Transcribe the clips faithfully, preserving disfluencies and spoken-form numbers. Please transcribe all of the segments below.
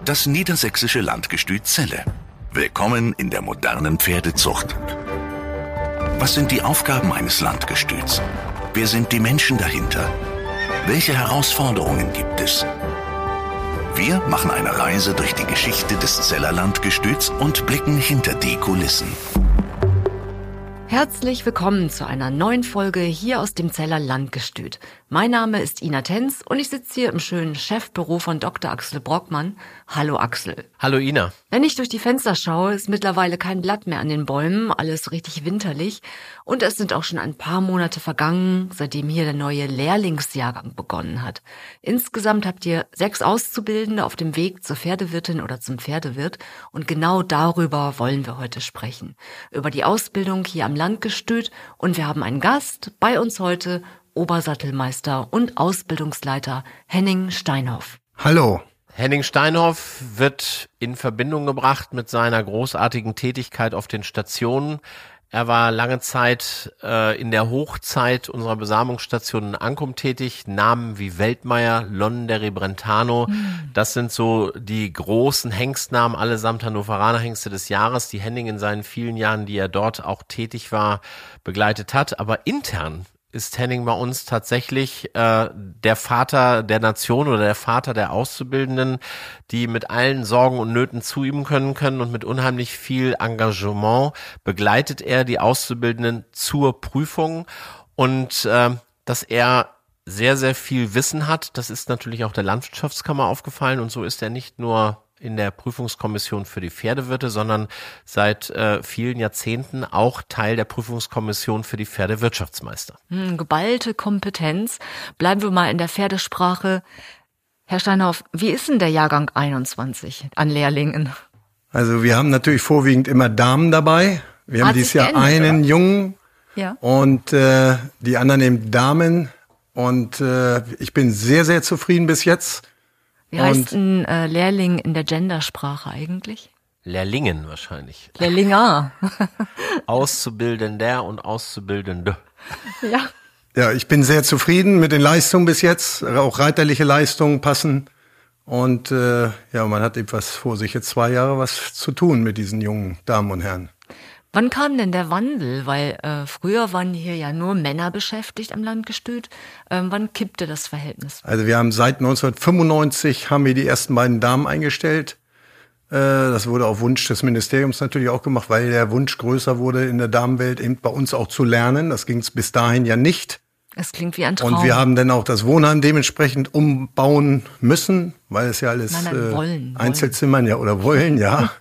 Das niedersächsische Landgestüt Celle. Willkommen in der modernen Pferdezucht. Was sind die Aufgaben eines Landgestüts? Wer sind die Menschen dahinter? Welche Herausforderungen gibt es? Wir machen eine Reise durch die Geschichte des Celler Landgestüts und blicken hinter die Kulissen. Herzlich willkommen zu einer neuen Folge hier aus dem Celler Landgestüt. Mein Name ist Ina Tenz und ich sitze hier im schönen Chefbüro von Doktor Axel Brockmann. Hallo Axel. Hallo Ina. Wenn ich durch die Fenster schaue, ist mittlerweile kein Blatt mehr an den Bäumen, alles richtig winterlich. Und es sind auch schon ein paar Monate vergangen, seitdem hier der neue Lehrlingsjahrgang begonnen hat. Insgesamt habt ihr sechs Auszubildende auf dem Weg zur Pferdewirtin oder zum Pferdewirt. Und genau darüber wollen wir heute sprechen. Über die Ausbildung hier am Landgestüt. Und wir haben einen Gast bei uns heute, Obersattelmeister und Ausbildungsleiter Henning Steinhoff. Hallo. Henning Steinhoff wird in Verbindung gebracht mit seiner großartigen Tätigkeit auf den Stationen. Er war lange Zeit äh, in der Hochzeit unserer Besamungsstation in Ankum tätig. Namen wie Weltmeier, Londonderry, Brentano, mhm. das sind so die großen Hengstnamen, allesamt Hannoveraner Hengste des Jahres, die Henning in seinen vielen Jahren, die er dort auch tätig war, begleitet hat. Aber intern ist Henning bei uns tatsächlich äh, der Vater der Nation oder der Vater der Auszubildenden, die mit allen Sorgen und Nöten zu ihm können können und mit unheimlich viel Engagement begleitet er die Auszubildenden zur Prüfung und äh, dass er sehr, sehr viel Wissen hat, das ist natürlich auch der Landwirtschaftskammer aufgefallen und so ist er nicht nur in der Prüfungskommission für die Pferdewirte, sondern seit äh, vielen Jahrzehnten auch Teil der Prüfungskommission für die Pferdewirtschaftsmeister. Hm, geballte Kompetenz. Bleiben wir mal in der Pferdesprache. Herr Steinhoff, wie ist denn der Jahrgang einundzwanzig an Lehrlingen? Also wir haben natürlich vorwiegend immer Damen dabei. Wir haben Hat dieses sich Jahr geändert, einen oder? Jungen Ja. und äh, die anderen eben Damen. Und äh, ich bin sehr, sehr zufrieden bis jetzt. Wie heißt ein äh, Lehrling in der Gendersprache eigentlich? Lehrlingen wahrscheinlich. Lehrlinger. Auszubildender und Auszubildende. Ja. Ja, ich bin sehr zufrieden mit den Leistungen bis jetzt. Auch reiterliche Leistungen passen. Und äh, ja, man hat etwas vor sich, jetzt zwei Jahre was zu tun mit diesen jungen Damen und Herren. Wann kam denn der Wandel? Weil äh, früher waren hier ja nur Männer beschäftigt am Landgestüt. Ähm, wann kippte das Verhältnis? Also wir haben seit neunzehnhundertfünfundneunzig haben wir die ersten beiden Damen eingestellt. Äh, das wurde auf Wunsch des Ministeriums natürlich auch gemacht, weil der Wunsch größer wurde in der Damenwelt eben bei uns auch zu lernen. Das ging es bis dahin ja nicht. Es klingt wie ein Traum. Und wir haben dann auch das Wohnheim dementsprechend umbauen müssen, weil es ja alles Nein, nein, wollen, äh, wollen. Einzelzimmern ja oder wollen, ja.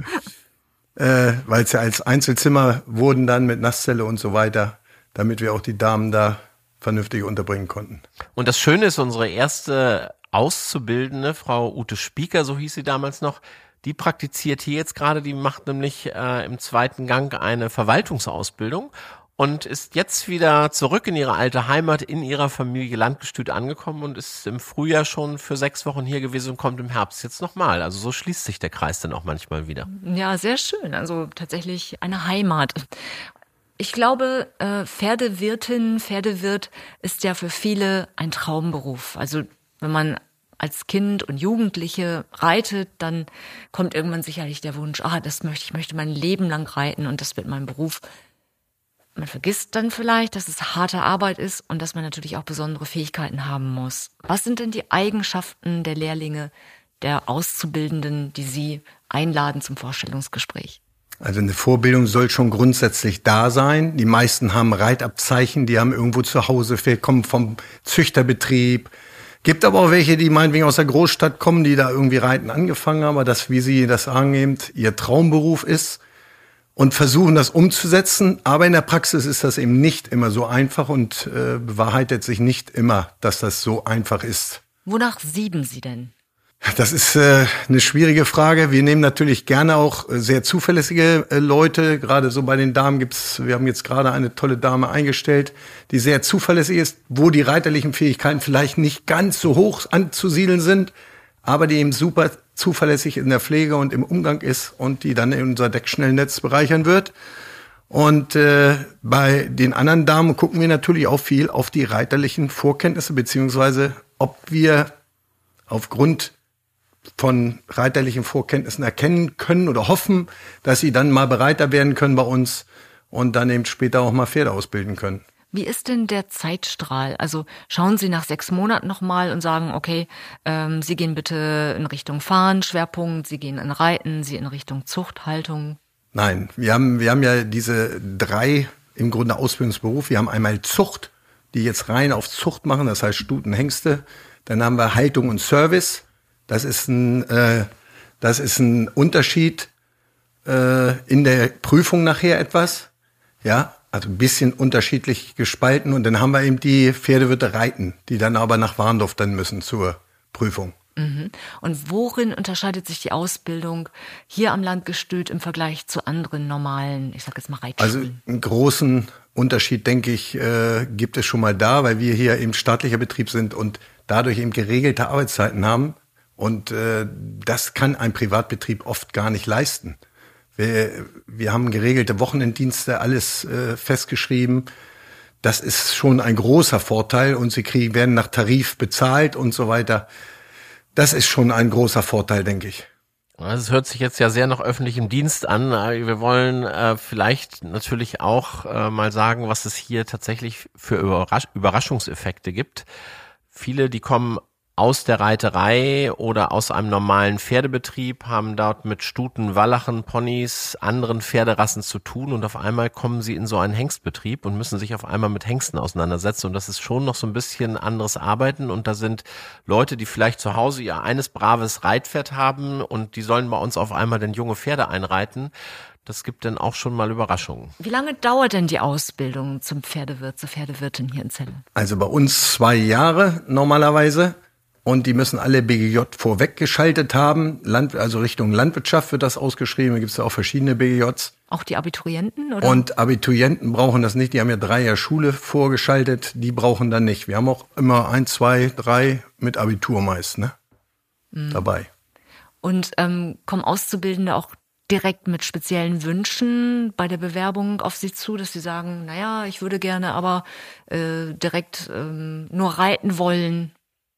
Äh, weil es ja als Einzelzimmer wurden dann mit Nasszelle und so weiter, damit wir auch die Damen da vernünftig unterbringen konnten. Und das Schöne ist, unsere erste Auszubildende, Frau Ute Spieker, so hieß sie damals noch, die praktiziert hier jetzt gerade, die macht nämlich äh, im zweiten Gang eine Verwaltungsausbildung und ist jetzt wieder zurück in ihre alte Heimat, in ihrer Familie Landgestüt angekommen und ist im Frühjahr schon für sechs Wochen hier gewesen und kommt im Herbst jetzt nochmal. Also so schließt sich der Kreis dann auch manchmal wieder. Ja, sehr schön. Also tatsächlich eine Heimat. Ich glaube, äh, Pferdewirtin, Pferdewirt ist ja für viele ein Traumberuf. Also wenn man als Kind und Jugendliche reitet, dann kommt irgendwann sicherlich der Wunsch, ah, das möchte ich, möchte mein Leben lang reiten und das wird mein Beruf. Man vergisst dann vielleicht, dass es harte Arbeit ist und dass man natürlich auch besondere Fähigkeiten haben muss. Was sind denn die Eigenschaften der Lehrlinge, der Auszubildenden, die Sie einladen zum Vorstellungsgespräch? Also eine Vorbildung soll schon grundsätzlich da sein. Die meisten haben Reitabzeichen, die haben irgendwo zu Hause, kommen vom Züchterbetrieb. Gibt aber auch welche, die meinetwegen aus der Großstadt kommen, die da irgendwie Reiten angefangen haben, aber das, wie Sie das angeben, ihr Traumberuf ist. Und versuchen das umzusetzen, aber in der Praxis ist das eben nicht immer so einfach und äh, bewahrheitet sich nicht immer, dass das so einfach ist. Wonach sieben Sie denn? Das ist äh, eine schwierige Frage. Wir nehmen natürlich gerne auch äh, sehr zuverlässige äh, Leute. Gerade so bei den Damen gibt's, wir haben jetzt gerade eine tolle Dame eingestellt, die sehr zuverlässig ist, wo die reiterlichen Fähigkeiten vielleicht nicht ganz so hoch anzusiedeln sind, aber die eben super zuverlässig in der Pflege und im Umgang ist und die dann in unser Deckschnellnetz bereichern wird. Und äh, bei den anderen Damen gucken wir natürlich auch viel auf die reiterlichen Vorkenntnisse, beziehungsweise ob wir aufgrund von reiterlichen Vorkenntnissen erkennen können oder hoffen, dass sie dann mal bereiter werden können bei uns und dann eben später auch mal Pferde ausbilden können. Wie ist denn der Zeitstrahl? Also schauen Sie nach sechs Monaten nochmal und sagen, okay, ähm, Sie gehen bitte in Richtung Fahren, Schwerpunkt, Sie gehen in Reiten, Sie in Richtung Zucht, Haltung? Nein, wir haben, wir haben ja diese drei im Grunde Ausbildungsberufe. Wir haben einmal Zucht, die jetzt rein auf Zucht machen, das heißt Stuten, Hengste. Dann haben wir Haltung und Service. Das ist ein, äh, das ist ein Unterschied äh, in der Prüfung nachher etwas. Ja, also ein bisschen unterschiedlich gespalten. Und dann haben wir eben die Pferdewirte reiten, die dann aber nach Warndorf dann müssen zur Prüfung. Mhm. Und worin unterscheidet sich die Ausbildung hier am Landgestüt im Vergleich zu anderen normalen, ich sag jetzt mal Reitschulen? Also einen großen Unterschied, denke ich, äh, gibt es schon mal da, weil wir hier eben staatlicher Betrieb sind und dadurch eben geregelte Arbeitszeiten haben. Und äh, das kann ein Privatbetrieb oft gar nicht leisten. Wir, wir haben geregelte Wochenenddienste, alles äh, festgeschrieben. Das ist schon ein großer Vorteil und sie kriegen, werden nach Tarif bezahlt und so weiter. Das ist schon ein großer Vorteil, denke ich. Es hört sich jetzt ja sehr nach öffentlichem Dienst an. Wir wollen äh, vielleicht natürlich auch äh, mal sagen, was es hier tatsächlich für Überrasch- Überraschungseffekte gibt. Viele, die kommen aus der Reiterei oder aus einem normalen Pferdebetrieb, haben dort mit Stuten, Wallachen, Ponys, anderen Pferderassen zu tun und auf einmal kommen sie in so einen Hengstbetrieb und müssen sich auf einmal mit Hengsten auseinandersetzen und das ist schon noch so ein bisschen anderes Arbeiten und da sind Leute, die vielleicht zu Hause ihr eines braves Reitpferd haben und die sollen bei uns auf einmal dann junge Pferde einreiten. Das gibt dann auch schon mal Überraschungen. Wie lange dauert denn die Ausbildung zum Pferdewirt, zur Pferdewirtin hier in Celle? Also bei uns zwei Jahre normalerweise. Und die müssen alle B G J vorweggeschaltet haben. Land, also Richtung Landwirtschaft wird das ausgeschrieben. Da gibt es ja auch verschiedene B G Js. Auch die Abiturienten, oder? Und Abiturienten brauchen das nicht. Die haben ja drei Jahre Schule vorgeschaltet. Die brauchen dann nicht. Wir haben auch immer ein, zwei, drei mit Abitur meist, ne? Mhm. Dabei. Und ähm, kommen Auszubildende auch direkt mit speziellen Wünschen bei der Bewerbung auf Sie zu, dass Sie sagen, naja, ich würde gerne aber äh, direkt ähm, nur reiten wollen?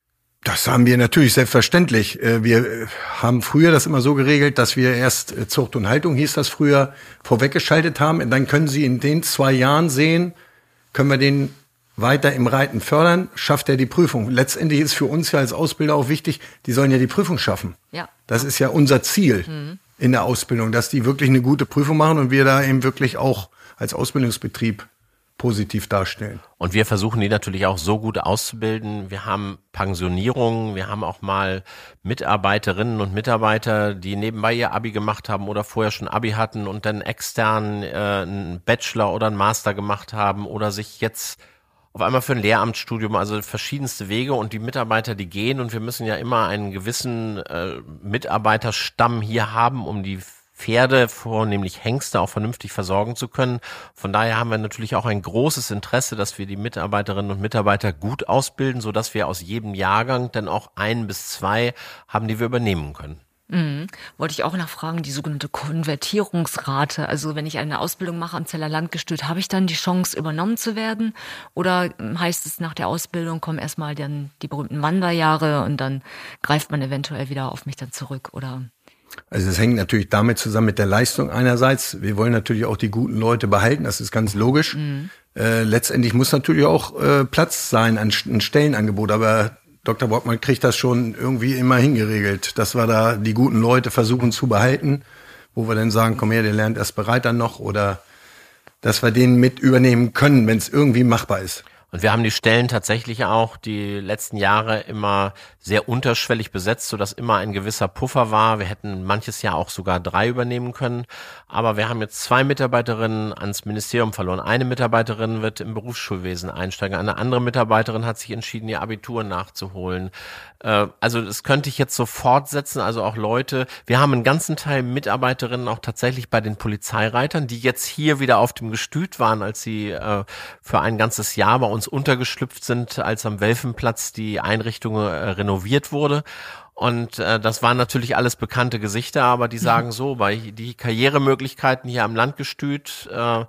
Das haben wir natürlich selbstverständlich. Wir haben früher das immer so geregelt, dass wir erst Zucht und Haltung, hieß das früher, vorweggeschaltet haben. Und dann können Sie in den zwei Jahren sehen, können wir den weiter im Reiten fördern, schafft er die Prüfung. Letztendlich ist für uns ja als Ausbilder auch wichtig, die sollen ja die Prüfung schaffen. Ja. Das ist ja unser Ziel mhm. in der Ausbildung, dass die wirklich eine gute Prüfung machen und wir da eben wirklich auch als Ausbildungsbetrieb positiv darstellen. Und wir versuchen die natürlich auch so gut auszubilden. Wir haben Pensionierungen, wir haben auch mal Mitarbeiterinnen und Mitarbeiter, die nebenbei ihr Abi gemacht haben oder vorher schon Abi hatten und dann extern äh, einen Bachelor oder einen Master gemacht haben oder sich jetzt auf einmal für ein Lehramtsstudium, also verschiedenste Wege und die Mitarbeiter, die gehen und wir müssen ja immer einen gewissen äh, Mitarbeiterstamm hier haben, um die Pferde, vornehmlich Hengste, auch vernünftig versorgen zu können. Von daher haben wir natürlich auch ein großes Interesse, dass wir die Mitarbeiterinnen und Mitarbeiter gut ausbilden, sodass wir aus jedem Jahrgang dann auch ein bis zwei haben, die wir übernehmen können. Mhm. Wollte ich auch nachfragen, die sogenannte Konvertierungsrate. Also wenn ich eine Ausbildung mache am Celler Landgestüt, habe ich dann die Chance, übernommen zu werden? Oder heißt es, nach der Ausbildung kommen erstmal dann die berühmten Wanderjahre und dann greift man eventuell wieder auf mich dann zurück? Oder? Also es hängt natürlich damit zusammen mit der Leistung einerseits. Wir wollen natürlich auch die guten Leute behalten, das ist ganz logisch. Mhm. Äh, letztendlich muss natürlich auch äh, Platz sein an ein Stellenangebot, aber Doktor Brockmann kriegt das schon irgendwie immer hingeregelt, dass wir da die guten Leute versuchen zu behalten, wo wir dann sagen, komm her, der lernt erst bereit dann noch, oder dass wir den mit übernehmen können, wenn es irgendwie machbar ist. Und wir haben die Stellen tatsächlich auch die letzten Jahre immer sehr unterschwellig besetzt, sodass immer ein gewisser Puffer war. Wir hätten manches Jahr auch sogar drei übernehmen können. Aber wir haben jetzt zwei Mitarbeiterinnen ans Ministerium verloren. Eine Mitarbeiterin wird im Berufsschulwesen einsteigen. Eine andere Mitarbeiterin hat sich entschieden, ihr Abitur nachzuholen. Also das könnte ich jetzt so fortsetzen. Also auch Leute, wir haben einen ganzen Teil Mitarbeiterinnen auch tatsächlich bei den Polizeireitern, die jetzt hier wieder auf dem Gestüt waren, als sie für ein ganzes Jahr bei uns untergeschlüpft sind, als am Welfenplatz die Einrichtung äh, renoviert wurde. Und äh, das waren natürlich alles bekannte Gesichter, aber die sagen so, bei die Karrieremöglichkeiten hier am Landgestüt äh,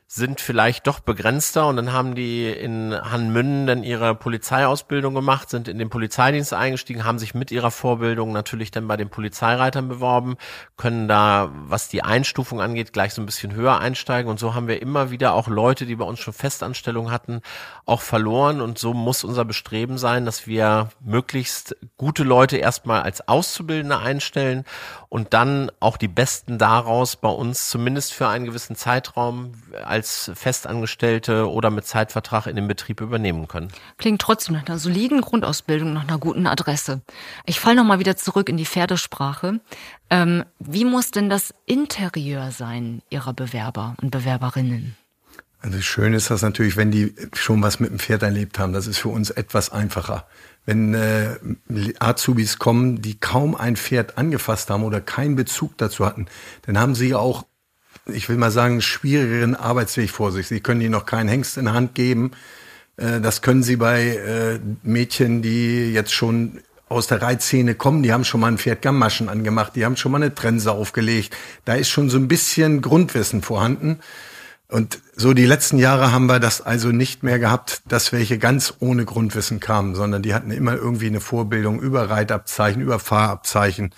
sind vielleicht doch begrenzter und dann haben die in Hannmünden dann ihre Polizeiausbildung gemacht, sind in den Polizeidienst eingestiegen, haben sich mit ihrer Vorbildung natürlich dann bei den Polizeireitern beworben, können da, was die Einstufung angeht, gleich so ein bisschen höher einsteigen und so haben wir immer wieder auch Leute, die bei uns schon Festanstellungen hatten, auch verloren und so muss unser Bestreben sein, dass wir möglichst gute Leute erstmal als Auszubildende einstellen und dann auch die Besten daraus bei uns zumindest für einen gewissen Zeitraum als Festangestellte oder mit Zeitvertrag in den Betrieb übernehmen können. Klingt trotzdem nach einer soliden Grundausbildung, nach einer guten Adresse. Ich falle nochmal wieder zurück in die Pferdesprache. Ähm, wie muss denn das Interieur sein Ihrer Bewerber und Bewerberinnen? Also schön ist das natürlich, wenn die schon was mit dem Pferd erlebt haben. Das ist für uns etwas einfacher. Wenn äh, Azubis kommen, die kaum ein Pferd angefasst haben oder keinen Bezug dazu hatten, dann haben sie auch, ich will mal sagen, einen schwierigeren Arbeitsweg vor sich. Sie können ihnen noch keinen Hengst in der Hand geben. Äh, das können sie bei äh, Mädchen, die jetzt schon aus der Reitszene kommen, die haben schon mal ein Pferd Gammaschen angemacht, die haben schon mal eine Trense aufgelegt. Da ist schon so ein bisschen Grundwissen vorhanden. Und so die letzten Jahre haben wir das also nicht mehr gehabt, dass welche ganz ohne Grundwissen kamen, sondern die hatten immer irgendwie eine Vorbildung über Reitabzeichen, über Fahrabzeichen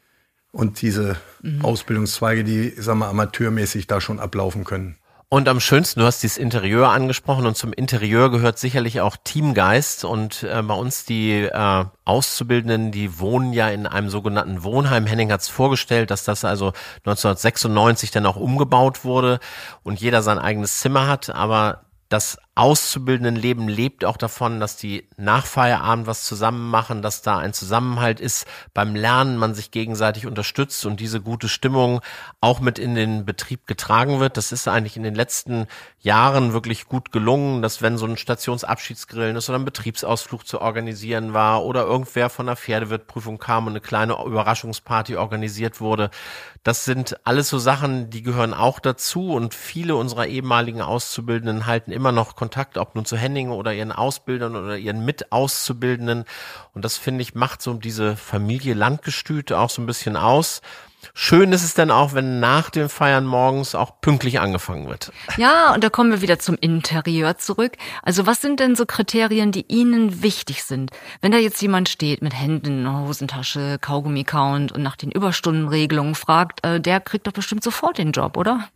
und diese mhm. Ausbildungszweige, die, sagen wir, amateurmäßig da schon ablaufen können. Und am schönsten, du hast dieses Interieur angesprochen und zum Interieur gehört sicherlich auch Teamgeist und äh, bei uns die äh, Auszubildenden, die wohnen ja in einem sogenannten Wohnheim. Henning hat es vorgestellt, dass das also neunzehnhundertsechsundneunzig dann auch umgebaut wurde und jeder sein eigenes Zimmer hat, aber das Auszubildendenleben lebt auch davon, dass die nach Feierabend was zusammen machen, dass da ein Zusammenhalt ist, beim Lernen man sich gegenseitig unterstützt und diese gute Stimmung auch mit in den Betrieb getragen wird. Das ist eigentlich in den letzten Jahren wirklich gut gelungen, dass wenn so ein Stationsabschiedsgrillen ist oder ein Betriebsausflug zu organisieren war oder irgendwer von der Pferdewirtprüfung kam und eine kleine Überraschungsparty organisiert wurde. Das sind alles so Sachen, die gehören auch dazu und viele unserer ehemaligen Auszubildenden halten immer noch Kontakt, ob nun zu Henning oder ihren Ausbildern oder ihren Mitauszubildenden. Und das, finde ich, macht so diese Familie Landgestüt auch so ein bisschen aus. Schön ist es dann auch, wenn nach dem Feiern morgens auch pünktlich angefangen wird. Ja, und da kommen wir wieder zum Interieur zurück. Also was sind denn so Kriterien, die Ihnen wichtig sind? Wenn da jetzt jemand steht mit Händen in der Hosentasche, Kaugummi count und nach den Überstundenregelungen fragt, äh, der kriegt doch bestimmt sofort den Job, oder?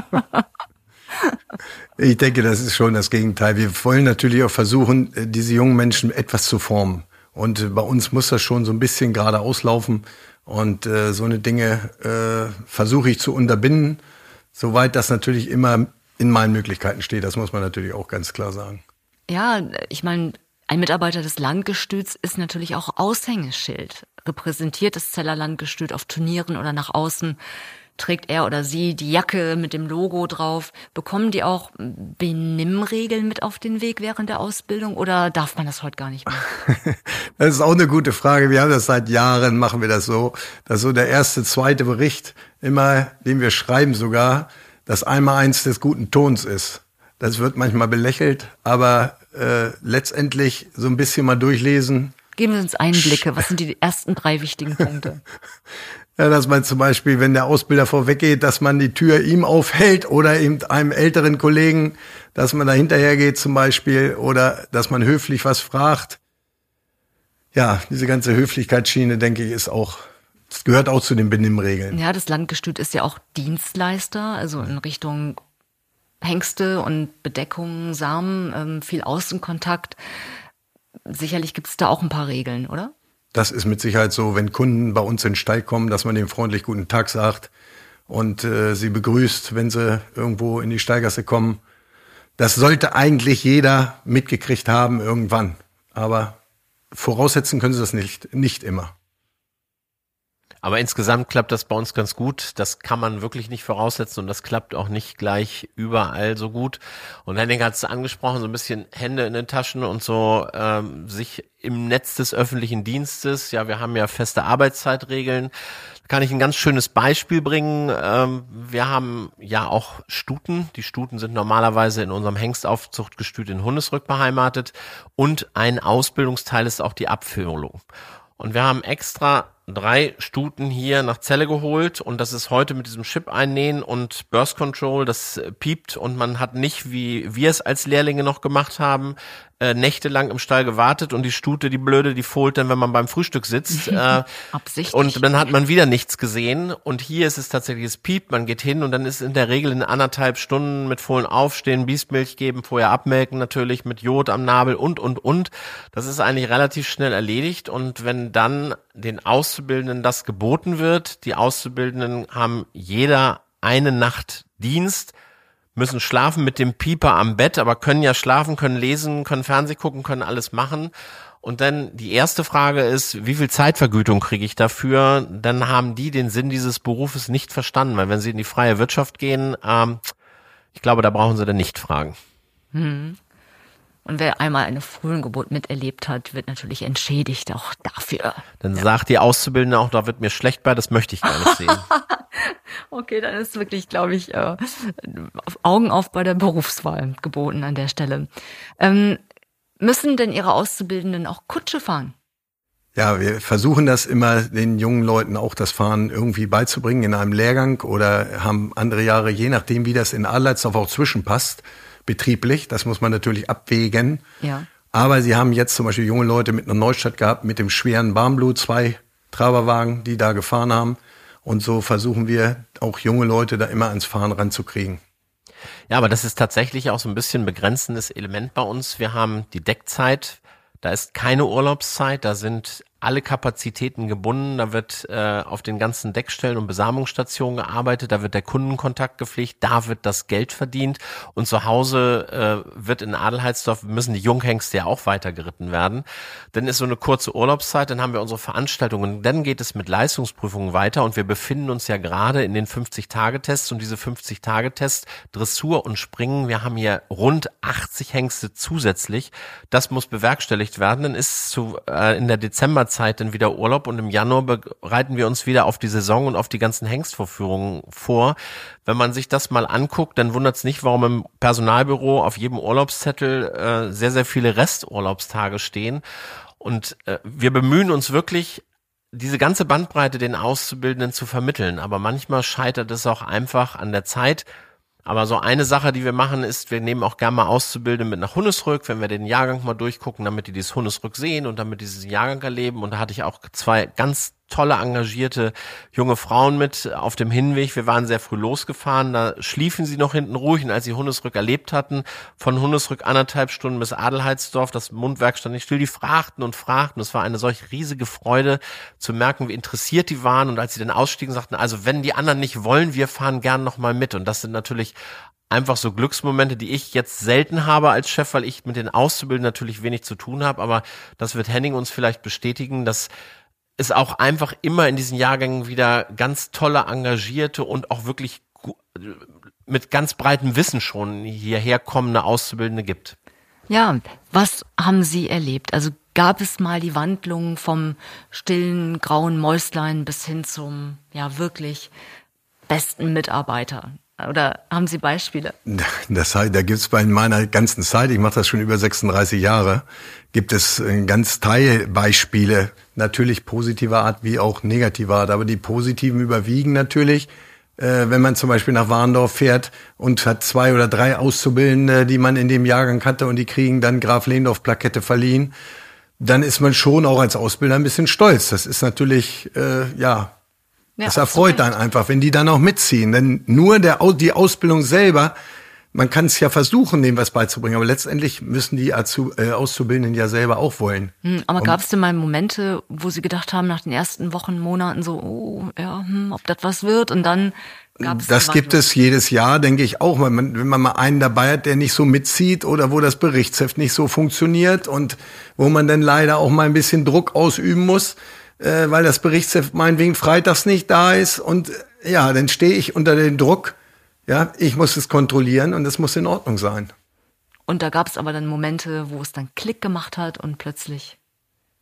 Ich denke, das ist schon das Gegenteil. Wir wollen natürlich auch versuchen, diese jungen Menschen etwas zu formen. Und bei uns muss das schon so ein bisschen geradeaus laufen. Und äh, so eine Dinge äh, versuche ich zu unterbinden, soweit das natürlich immer in meinen Möglichkeiten steht. Das muss man natürlich auch ganz klar sagen. Ja, ich meine, ein Mitarbeiter des Landgestüts ist natürlich auch Aushängeschild. Repräsentiert das Zeller Landgestüt auf Turnieren oder nach außen, trägt er oder sie die Jacke mit dem Logo drauf. Bekommen die auch Benimmregeln mit auf den Weg während der Ausbildung oder darf man das heute gar nicht mehr? Das ist auch eine gute Frage. Wir haben das seit Jahren, machen wir das so, dass so der erste, zweite Bericht immer, den wir schreiben sogar, das Einmaleins des guten Tons ist. Das wird manchmal belächelt, aber äh, letztendlich so ein bisschen mal durchlesen. Geben Sie uns Einblicke. Was sind die ersten drei wichtigen Punkte? Ja, dass man zum Beispiel, wenn der Ausbilder vorweggeht, dass man die Tür ihm aufhält oder eben einem älteren Kollegen, dass man da hinterher geht zum Beispiel oder dass man höflich was fragt. Ja, diese ganze Höflichkeitsschiene, denke ich, ist auch, das gehört auch zu den Benimmregeln. Ja, das Landgestüt ist ja auch Dienstleister, also in Richtung Hengste und Bedeckung, Samen, ähm, viel Außenkontakt. Sicherlich gibt es da auch ein paar Regeln, oder? Das ist mit Sicherheit so, wenn Kunden bei uns in den Stall kommen, dass man denen freundlich guten Tag sagt und äh, sie begrüßt, wenn sie irgendwo in die Stallgasse kommen. Das sollte eigentlich jeder mitgekriegt haben irgendwann. Aber voraussetzen können sie das nicht, nicht immer. Aber insgesamt klappt das bei uns ganz gut. Das kann man wirklich nicht voraussetzen und das klappt auch nicht gleich überall so gut. Und Henning hat es angesprochen, so ein bisschen Hände in den Taschen und so ähm, sich im Netz des öffentlichen Dienstes. Ja, wir haben ja feste Arbeitszeitregeln. Da kann ich ein ganz schönes Beispiel bringen. Ähm, wir haben ja auch Stuten. Die Stuten sind normalerweise in unserem Hengstaufzuchtgestüt in Hundesrück beheimatet. Und ein Ausbildungsteil ist auch die Abführung. Und wir haben extra drei Stuten hier nach Celle geholt und das ist heute mit diesem Chip einnähen und Burst Control, das piept und man hat nicht, wie wir es als Lehrlinge noch gemacht haben, äh, nächtelang im Stall gewartet und die Stute, die Blöde, die fohlt dann, wenn man beim Frühstück sitzt. Äh, Absichtlich. Und dann hat man wieder nichts gesehen und hier ist es tatsächlich, es piept, man geht hin und dann ist in der Regel in anderthalb Stunden mit Fohlen aufstehen, Biestmilch geben, vorher abmelken natürlich mit Jod am Nabel und, und, und. Das ist eigentlich relativ schnell erledigt und wenn dann den Auszubildenden das geboten wird, die Auszubildenden haben jeder eine Nacht Dienst, müssen schlafen mit dem Pieper am Bett, aber können ja schlafen, können lesen, können Fernsehen gucken, können alles machen. Und dann die erste Frage ist, wie viel Zeitvergütung kriege ich dafür? Dann haben die den Sinn dieses Berufes nicht verstanden, weil wenn sie in die freie Wirtschaft gehen, ähm, ich glaube, da brauchen sie dann nicht fragen. Hm. Und wer einmal eine Fohlengeburt miterlebt hat, wird natürlich entschädigt auch dafür. Dann ja. sagt die Auszubildende auch, da wird mir schlecht bei, das möchte ich gar nicht sehen. Okay, dann ist wirklich, glaube ich, äh, Augen auf bei der Berufswahl geboten an der Stelle. Ähm, müssen denn Ihre Auszubildenden auch Kutsche fahren? Ja, wir versuchen das immer den jungen Leuten auch das Fahren irgendwie beizubringen in einem Lehrgang oder haben andere Jahre, je nachdem wie das in Adlersdorf auch zwischenpasst, betrieblich. Das muss man natürlich abwägen. Ja. Aber sie haben jetzt zum Beispiel junge Leute mit einer Neustadt gehabt, mit dem schweren Warmblut, zwei Traberwagen, die da gefahren haben. Und so versuchen wir auch junge Leute da immer ans Fahren ranzukriegen. Ja, aber das ist tatsächlich auch so ein bisschen begrenzendes Element bei uns. Wir haben die Deckzeit, da ist keine Urlaubszeit, da sind alle Kapazitäten gebunden, da wird äh, auf den ganzen Deckstellen und Besamungsstationen gearbeitet, da wird der Kundenkontakt gepflegt, da wird das Geld verdient und zu Hause äh, wird in Adelheidsdorf, müssen die Junghengste ja auch weiter geritten werden. Dann ist so eine kurze Urlaubszeit, dann haben wir unsere Veranstaltungen, dann geht es mit Leistungsprüfungen weiter und wir befinden uns ja gerade in den fünfzig-Tage-Tests und diese fünfzig-Tage-Tests Dressur und Springen, wir haben hier rund achtzig Hengste zusätzlich, das muss bewerkstelligt werden, dann ist zu, äh, in der Dezember Zeit dann wieder Urlaub und im Januar bereiten wir uns wieder auf die Saison und auf die ganzen Hengstvorführungen vor. Wenn man sich das mal anguckt, dann wundert es nicht, warum im Personalbüro auf jedem Urlaubszettel äh, sehr, sehr viele Resturlaubstage stehen. Und äh, wir bemühen uns wirklich, diese ganze Bandbreite den Auszubildenden zu vermitteln. Aber manchmal scheitert es auch einfach an der Zeit. Aber so eine Sache, die wir machen, ist, wir nehmen auch gerne mal Auszubildende mit nach Hunnesrück, wenn wir den Jahrgang mal durchgucken, damit die dieses Hunnesrück sehen und damit die diesen Jahrgang erleben. Und da hatte ich auch zwei ganz tolle, engagierte junge Frauen mit auf dem Hinweg. Wir waren sehr früh losgefahren, da schliefen sie noch hinten ruhig. Und als sie Hunnesrück erlebt hatten, von Hunnesrück anderthalb Stunden bis Adelheidsdorf, das Mundwerk stand nicht still, die fragten und fragten. Es war eine solch riesige Freude zu merken, wie interessiert die waren. Und als sie dann ausstiegen, sagten, also wenn die anderen nicht wollen, wir fahren gern noch mal mit. Und das sind natürlich einfach so Glücksmomente, die ich jetzt selten habe als Chef, weil ich mit den Auszubildenden natürlich wenig zu tun habe. Aber das wird Henning uns vielleicht bestätigen, dass es auch einfach immer in diesen Jahrgängen wieder ganz tolle, engagierte und auch wirklich mit ganz breitem Wissen schon hierher kommende Auszubildende gibt. Ja, was haben Sie erlebt? Also gab es mal die Wandlung vom stillen, grauen Mäuslein bis hin zum, ja, wirklich besten Mitarbeiter? Oder haben Sie Beispiele? Das, da gibt es bei meiner ganzen Zeit, ich mache das schon über sechsunddreißig Jahre, gibt es ganz Teilbeispiele, natürlich positiver Art wie auch negativer Art. Aber die positiven überwiegen natürlich, äh, wenn man zum Beispiel nach Warndorf fährt und hat zwei oder drei Auszubildende, die man in dem Jahrgang hatte und die kriegen dann Graf Lehndorff-Plakette verliehen, dann ist man schon auch als Ausbilder ein bisschen stolz. Das ist natürlich, äh, ja... Ja, das erfreut dann einfach, wenn die dann auch mitziehen. Denn nur der, die Ausbildung selber, man kann es ja versuchen, dem was beizubringen, aber letztendlich müssen die Auszubildenden ja selber auch wollen. Hm, aber gab es denn mal Momente, wo Sie gedacht haben, nach den ersten Wochen, Monaten so, oh, ja, hm, ob das was wird? Und dann gab es das gibt es jedes Jahr, denke ich auch. Wenn man, wenn man mal einen dabei hat, der nicht so mitzieht oder wo das Berichtsheft nicht so funktioniert und wo man dann leider auch mal ein bisschen Druck ausüben muss, Äh, weil das Berichtsheft meinetwegen freitags nicht da ist und äh, ja, dann stehe ich unter dem Druck, ja, ich muss es kontrollieren und es muss in Ordnung sein. Und da gab es aber dann Momente, wo es dann Klick gemacht hat und plötzlich...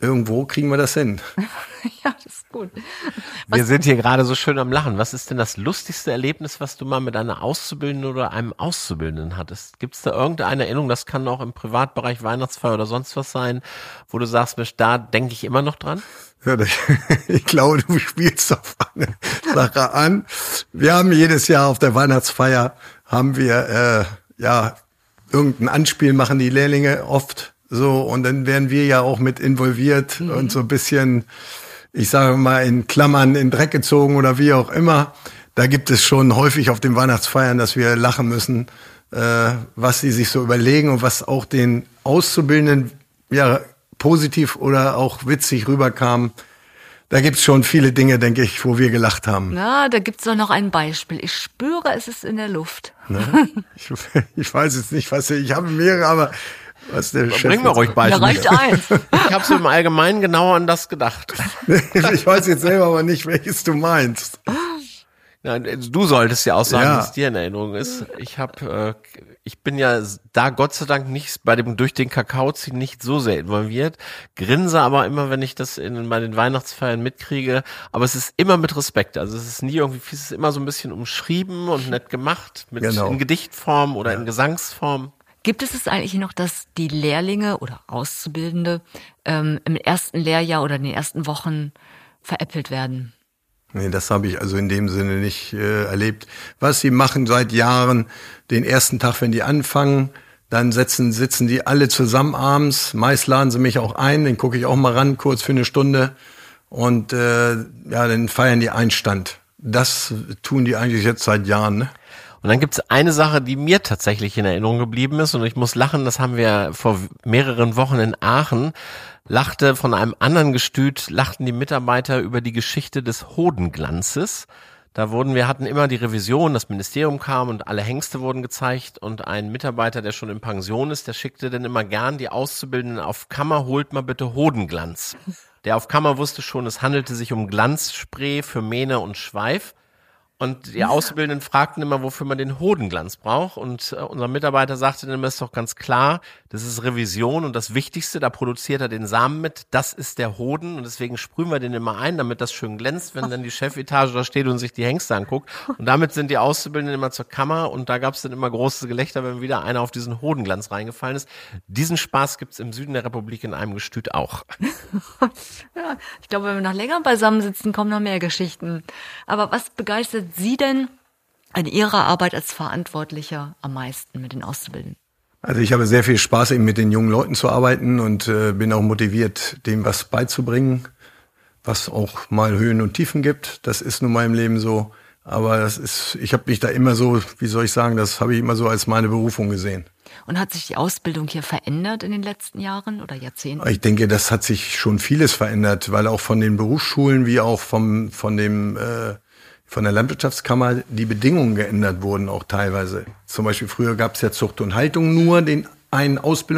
irgendwo kriegen wir das hin. Ja, das ist gut. Was wir sind hier gerade so schön am Lachen. Was ist denn das lustigste Erlebnis, was du mal mit einer Auszubildenden oder einem Auszubildenden hattest? Gibt es da irgendeine Erinnerung, das kann auch im Privatbereich, Weihnachtsfeier oder sonst was sein, wo du sagst, Mensch, da denke ich immer noch dran? Ja, ich glaube, du spielst auf eine Sache an. Wir haben jedes Jahr auf der Weihnachtsfeier, haben wir, äh, ja, irgendein Anspiel machen die Lehrlinge oft so und dann werden wir ja auch mit involviert mhm. und so ein bisschen, ich sage mal, in Klammern in Dreck gezogen oder wie auch immer. Da gibt es schon häufig auf den Weihnachtsfeiern, dass wir lachen müssen, äh, was sie sich so überlegen und was auch den Auszubildenden ja positiv oder auch witzig rüberkam. Da gibt's schon viele Dinge, denke ich, wo wir gelacht haben. Na, da gibt's doch noch ein Beispiel. Ich spüre, es ist in der Luft. Ne? Ich, ich weiß jetzt nicht, was ich habe mehrere, aber was der Chef. Bringen wir ruhig Beispiele. Da reicht eins. Ich habe so im Allgemeinen genau an das gedacht. Ich weiß jetzt selber aber nicht, welches du meinst. Ja, du solltest ja auch sagen, Ja. was dir in Erinnerung ist. Ich habe, äh, ich bin ja da Gott sei Dank nicht bei dem durch den Kakao ziehen nicht so sehr involviert, grinse aber immer, wenn ich das in bei den Weihnachtsfeiern mitkriege. Aber es ist immer mit Respekt. Also es ist nie irgendwie, es ist immer so ein bisschen umschrieben und nett gemacht, mit Genau. in Gedichtform oder in Gesangsform. Gibt es es eigentlich noch, dass die Lehrlinge oder Auszubildende ähm, im ersten Lehrjahr oder in den ersten Wochen veräppelt werden? Nee, das habe ich also in dem Sinne nicht äh, erlebt. Was sie machen seit Jahren, den ersten Tag, wenn die anfangen, dann setzen, sitzen die alle zusammen abends. Meist laden sie mich auch ein, den gucke ich auch mal ran, kurz für eine Stunde. Und äh, ja, dann feiern die Einstand. Das tun die eigentlich jetzt seit Jahren, ne? Und dann gibt's eine Sache, die mir tatsächlich in Erinnerung geblieben ist und ich muss lachen, das haben wir vor mehreren Wochen in Aachen, lachte von einem anderen Gestüt, lachten die Mitarbeiter über die Geschichte des Hodenglanzes. Da wurden wir hatten immer die Revision, das Ministerium kam und alle Hengste wurden gezeigt und ein Mitarbeiter, der schon in Pension ist, der schickte dann immer gern die Auszubildenden auf Kammer, holt mal bitte Hodenglanz. Der auf Kammer wusste schon, es handelte sich um Glanzspray für Mähne und Schweif. Und die Auszubildenden fragten immer, wofür man den Hodenglanz braucht. Und äh, unser Mitarbeiter sagte dann immer, ist doch ganz klar, das ist Revision und das Wichtigste, da produziert er den Samen mit, das ist der Hoden und deswegen sprühen wir den immer ein, damit das schön glänzt, wenn dann die Chefetage da steht und sich die Hengste anguckt. Und damit sind die Auszubildenden immer zur Kammer und da gab es dann immer großes Gelächter, wenn wieder einer auf diesen Hodenglanz reingefallen ist. Diesen Spaß gibt's im Süden der Republik in einem Gestüt auch. Ja, ich glaube, wenn wir noch länger beisammensitzen, kommen noch mehr Geschichten. Aber was begeistert Sie denn an Ihrer Arbeit als Verantwortlicher am meisten mit den Auszubildenden? Also ich habe sehr viel Spaß, eben mit den jungen Leuten zu arbeiten und äh, bin auch motiviert, dem was beizubringen, was auch mal Höhen und Tiefen gibt. Das ist nun mal im Leben so. Aber das ist, ich habe mich da immer so, wie soll ich sagen, das habe ich immer so als meine Berufung gesehen. Und hat sich die Ausbildung hier verändert in den letzten Jahren oder Jahrzehnten? Ich denke, das hat sich schon vieles verändert, weil auch von den Berufsschulen wie auch vom von dem äh, von der Landwirtschaftskammer die Bedingungen geändert wurden, auch teilweise. Zum Beispiel früher gab es ja Zucht und Haltung nur den einen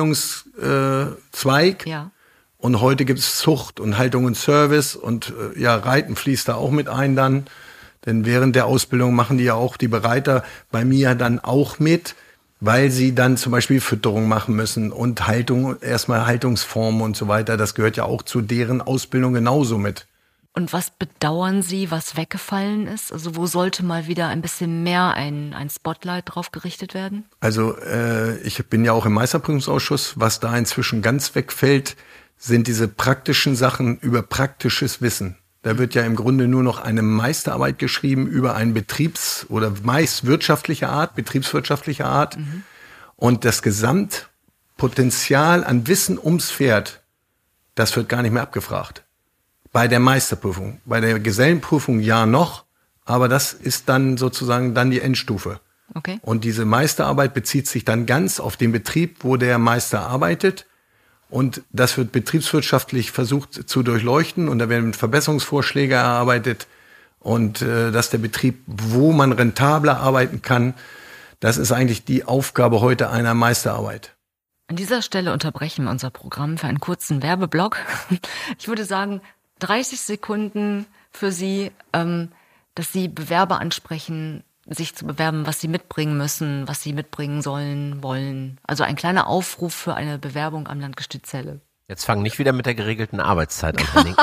Ausbildungszweig. Ja. Und heute gibt es Zucht und Haltung und Service und äh, ja, Reiten fließt da auch mit ein dann. Denn während der Ausbildung machen die ja auch die Bereiter bei mir dann auch mit, weil sie dann zum Beispiel Fütterung machen müssen und Haltung, erstmal Haltungsformen und so weiter. Das gehört ja auch zu deren Ausbildung genauso mit. Und was bedauern Sie, was weggefallen ist? Also wo sollte mal wieder ein bisschen mehr ein, ein Spotlight drauf gerichtet werden? Also äh, ich bin ja auch im Meisterprüfungsausschuss. Was da inzwischen ganz wegfällt, sind diese praktischen Sachen über praktisches Wissen. Da wird ja im Grunde nur noch eine Meisterarbeit geschrieben über eine Betriebs- oder meist wirtschaftliche Art, betriebswirtschaftliche Art. Mhm. Und das Gesamtpotenzial an Wissen ums Pferd, das wird gar nicht mehr abgefragt. Bei der Meisterprüfung. Bei der Gesellenprüfung ja noch, aber das ist dann sozusagen dann die Endstufe. Okay. Und diese Meisterarbeit bezieht sich dann ganz auf den Betrieb, wo der Meister arbeitet. Und das wird betriebswirtschaftlich versucht zu durchleuchten und da werden Verbesserungsvorschläge erarbeitet und äh, dass der Betrieb, wo man rentabler arbeiten kann, das ist eigentlich die Aufgabe heute einer Meisterarbeit. An dieser Stelle unterbrechen wir unser Programm für einen kurzen Werbeblock. Ich würde sagen, dreißig Sekunden für Sie, ähm, dass Sie Bewerber ansprechen, sich zu bewerben, was sie mitbringen müssen, was sie mitbringen sollen, wollen. Also ein kleiner Aufruf für eine Bewerbung am Landgestüt Celle. Jetzt fang nicht wieder mit der geregelten Arbeitszeit an, Henning.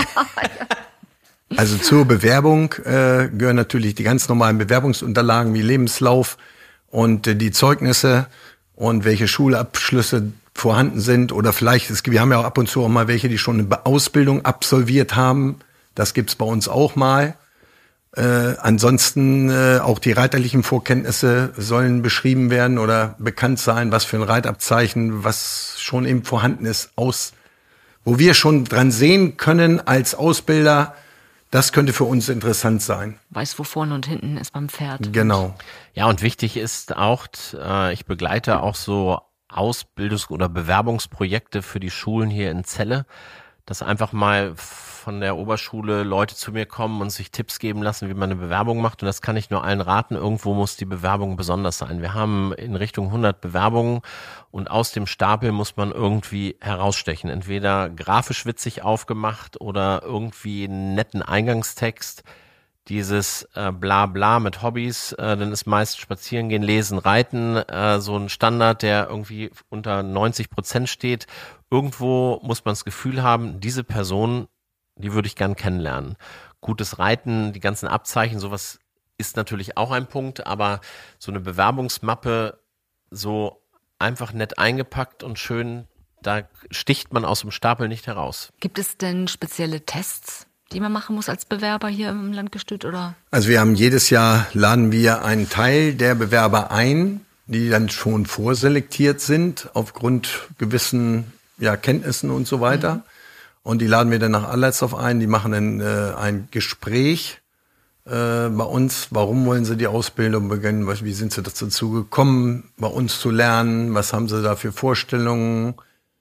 Also zur Bewerbung äh, gehören natürlich die ganz normalen Bewerbungsunterlagen wie Lebenslauf und äh, die Zeugnisse und welche Schulabschlüsse vorhanden sind. Oder vielleicht, es, wir haben ja auch ab und zu auch mal welche, die schon eine Ausbildung absolviert haben. Das gibt's bei uns auch mal. Äh, ansonsten äh, auch die reiterlichen Vorkenntnisse sollen beschrieben werden oder bekannt sein, was für ein Reitabzeichen, was schon eben vorhanden ist, aus, wo wir schon dran sehen können als Ausbilder, das könnte für uns interessant sein. Weiß, wo vorne und hinten ist beim Pferd. Genau. Ja, und wichtig ist auch, äh, ich begleite auch so Ausbildungs- oder Bewerbungsprojekte für die Schulen hier in Celle, dass einfach mal von der Oberschule Leute zu mir kommen und sich Tipps geben lassen, wie man eine Bewerbung macht. Und das kann ich nur allen raten. Irgendwo muss die Bewerbung besonders sein. Wir haben in Richtung hundert Bewerbungen und aus dem Stapel muss man irgendwie herausstechen. Entweder grafisch witzig aufgemacht oder irgendwie einen netten Eingangstext. Dieses äh, Blabla mit Hobbys, äh, dann ist meist Spazieren gehen, Lesen, Reiten, äh, so ein Standard, der irgendwie unter neunzig Prozent steht. Irgendwo muss man das Gefühl haben, diese Person, die würde ich gern kennenlernen. Gutes Reiten, die ganzen Abzeichen, sowas ist natürlich auch ein Punkt, aber so eine Bewerbungsmappe so einfach nett eingepackt und schön, da sticht man aus dem Stapel nicht heraus. Gibt es denn spezielle Tests, die man machen muss als Bewerber hier im Landgestüt, oder? Also wir haben jedes Jahr, laden wir einen Teil der Bewerber ein, die dann schon vorselektiert sind aufgrund gewissen ja, Kenntnissen und so weiter. Mhm. Und die laden wir dann nach Anlassdorf ein, die machen dann äh, ein Gespräch äh, bei uns. Warum wollen sie die Ausbildung beginnen? Wie sind sie dazu gekommen, bei uns zu lernen? Was haben sie da für Vorstellungen?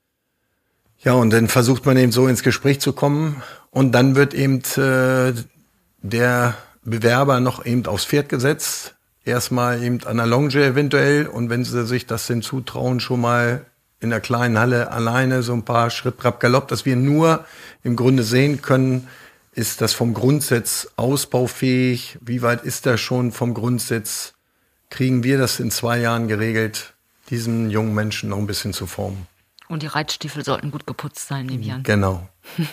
Ja, und dann versucht man eben so ins Gespräch zu kommen. Und dann wird eben äh, der Bewerber noch eben aufs Pferd gesetzt. Erstmal eben an der Longe eventuell. Und wenn sie sich das denn zutrauen, schon mal in der kleinen Halle alleine so ein paar Schritt, Trab, Galopp, dass wir nur im Grunde sehen können, ist das vom Grundsatz ausbaufähig? Wie weit ist das schon vom Grundsatz? Kriegen wir das in zwei Jahren geregelt, diesen jungen Menschen noch ein bisschen zu formen? Und die Reitstiefel sollten gut geputzt sein, nehme ich an. Genau.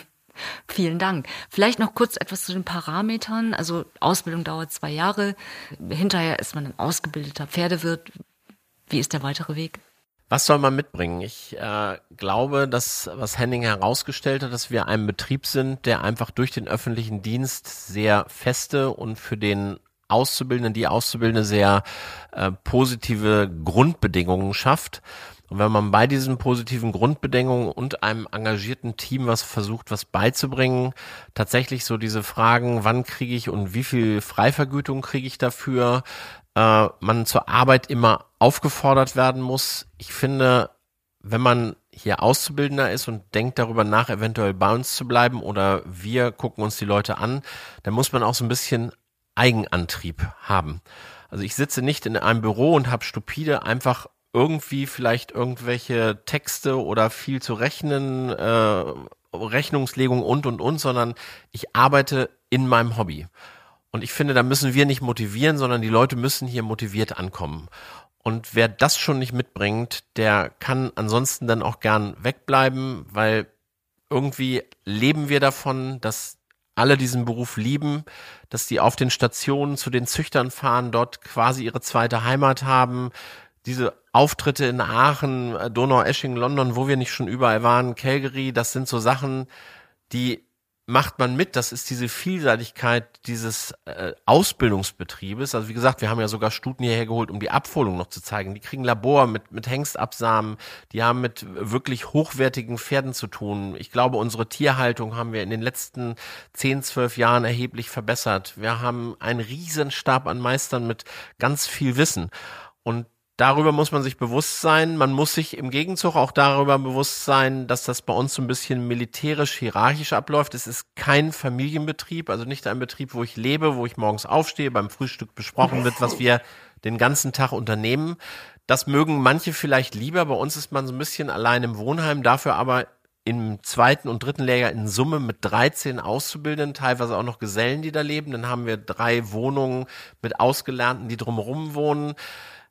Vielen Dank. Vielleicht noch kurz etwas zu den Parametern. Also Ausbildung dauert zwei Jahre. Hinterher ist man ein ausgebildeter Pferdewirt. Wie ist der weitere Weg? Was soll man mitbringen? Ich äh, glaube, dass, was Henning herausgestellt hat, dass wir ein Betrieb sind, der einfach durch den öffentlichen Dienst sehr feste und für den Auszubildenden, die Auszubildende sehr äh, positive Grundbedingungen schafft. Und wenn man bei diesen positiven Grundbedingungen und einem engagierten Team was versucht, was beizubringen, tatsächlich so diese Fragen, wann kriege ich und wie viel Freivergütung kriege ich dafür, äh, man zur Arbeit immer aufgefordert werden muss. Ich finde, wenn man hier Auszubildender ist und denkt darüber nach, eventuell bei uns zu bleiben oder wir gucken uns die Leute an, dann muss man auch so ein bisschen Eigenantrieb haben. Also ich sitze nicht in einem Büro und habe stupide einfach irgendwie vielleicht irgendwelche Texte oder viel zu rechnen, äh, Rechnungslegung und, und, und, sondern ich arbeite in meinem Hobby. Und ich finde, da müssen wir nicht motivieren, sondern die Leute müssen hier motiviert ankommen. Und wer das schon nicht mitbringt, der kann ansonsten dann auch gern wegbleiben, weil irgendwie leben wir davon, dass alle diesen Beruf lieben, dass die auf den Stationen zu den Züchtern fahren, dort quasi ihre zweite Heimat haben. Diese Auftritte in Aachen, Donaueschingen, London, wo wir nicht schon überall waren, Calgary, das sind so Sachen, die macht man mit. Das ist diese Vielseitigkeit dieses äh, Ausbildungsbetriebes. Also wie gesagt, wir haben ja sogar Stuten hierher geholt, um die Abfolung noch zu zeigen. Die kriegen Labor mit mit Hengstabsamen, die haben mit wirklich hochwertigen Pferden zu tun. Ich glaube, unsere Tierhaltung haben wir in den letzten zehn, zwölf Jahren erheblich verbessert. Wir haben einen riesen Stab an Meistern mit ganz viel Wissen. Und darüber muss man sich bewusst sein. Man muss sich im Gegenzug auch darüber bewusst sein, dass das bei uns so ein bisschen militärisch-hierarchisch abläuft. Es ist kein Familienbetrieb, also nicht ein Betrieb, wo ich lebe, wo ich morgens aufstehe, beim Frühstück besprochen wird, was wir den ganzen Tag unternehmen. Das mögen manche vielleicht lieber. Bei uns ist man so ein bisschen allein im Wohnheim, dafür aber im zweiten und dritten Lehrjahr in Summe mit dreizehn Auszubildenden, teilweise auch noch Gesellen, die da leben. Dann haben wir drei Wohnungen mit Ausgelernten, die drumherum wohnen.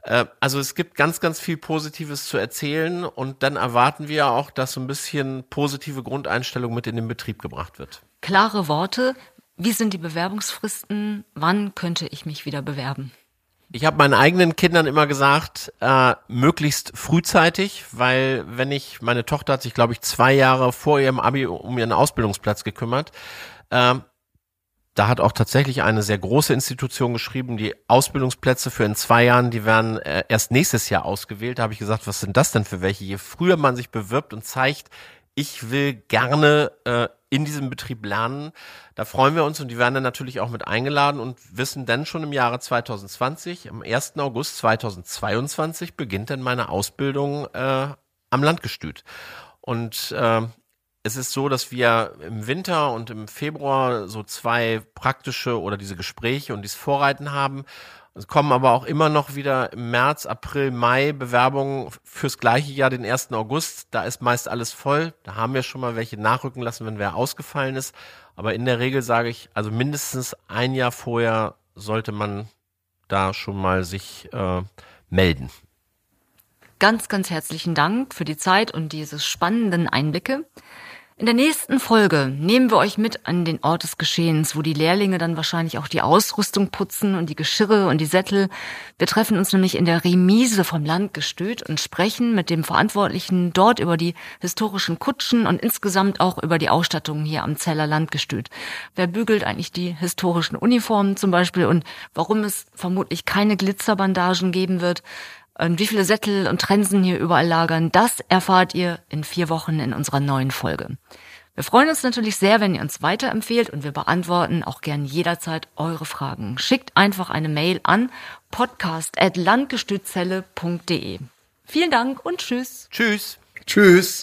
Äh, also es gibt ganz, ganz viel Positives zu erzählen und dann erwarten wir auch, dass so ein bisschen positive Grundeinstellung mit in den Betrieb gebracht wird. Klare Worte. Wie sind die Bewerbungsfristen? Wann könnte ich mich wieder bewerben? Ich habe meinen eigenen Kindern immer gesagt, äh, möglichst frühzeitig, weil wenn ich, meine Tochter hat sich, glaube ich, zwei Jahre vor ihrem Abi um ihren Ausbildungsplatz gekümmert. Äh, da hat auch tatsächlich eine sehr große Institution geschrieben, die Ausbildungsplätze für in zwei Jahren, die werden äh, erst nächstes Jahr ausgewählt. Da habe ich gesagt, was sind das denn für welche? Je früher man sich bewirbt und zeigt, ich will gerne äh, in diesem Betrieb lernen, da freuen wir uns und die werden dann natürlich auch mit eingeladen und wissen dann schon im Jahre zwanzig zwanzig, am ersten August zweitausendzweiundzwanzig beginnt dann meine Ausbildung äh, am Landgestüt. Und äh, es ist so, dass wir im Winter und im Februar so zwei praktische oder diese Gespräche und dieses Vorreiten haben. Es kommen aber auch immer noch wieder im März, April, Mai Bewerbungen fürs gleiche Jahr, den ersten August. Da ist meist alles voll. Da haben wir schon mal welche nachrücken lassen, wenn wer ausgefallen ist. Aber in der Regel sage ich, also mindestens ein Jahr vorher sollte man da schon mal sich äh, melden. Ganz, ganz herzlichen Dank für die Zeit und diese spannenden Einblicke. In der nächsten Folge nehmen wir euch mit an den Ort des Geschehens, wo die Lehrlinge dann wahrscheinlich auch die Ausrüstung putzen und die Geschirre und die Sättel. Wir treffen uns nämlich in der Remise vom Landgestüt und sprechen mit dem Verantwortlichen dort über die historischen Kutschen und insgesamt auch über die Ausstattung hier am Zeller Landgestüt. Wer bügelt eigentlich die historischen Uniformen zum Beispiel und warum es vermutlich keine Glitzerbandagen geben wird? Und wie viele Sättel und Trensen hier überall lagern, das erfahrt ihr in vier Wochen in unserer neuen Folge. Wir freuen uns natürlich sehr, wenn ihr uns weiterempfehlt und wir beantworten auch gern jederzeit eure Fragen. Schickt einfach eine Mail an podcast at landgestützelle punkt de. Vielen Dank und tschüss. Tschüss. Tschüss.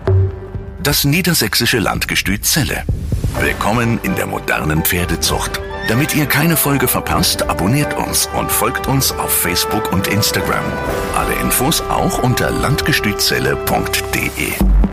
Das niedersächsische Landgestüt Celle. Willkommen in der modernen Pferdezucht. Damit ihr keine Folge verpasst, abonniert uns und folgt uns auf Facebook und Instagram. Alle Infos auch unter landgestützelle punkt de.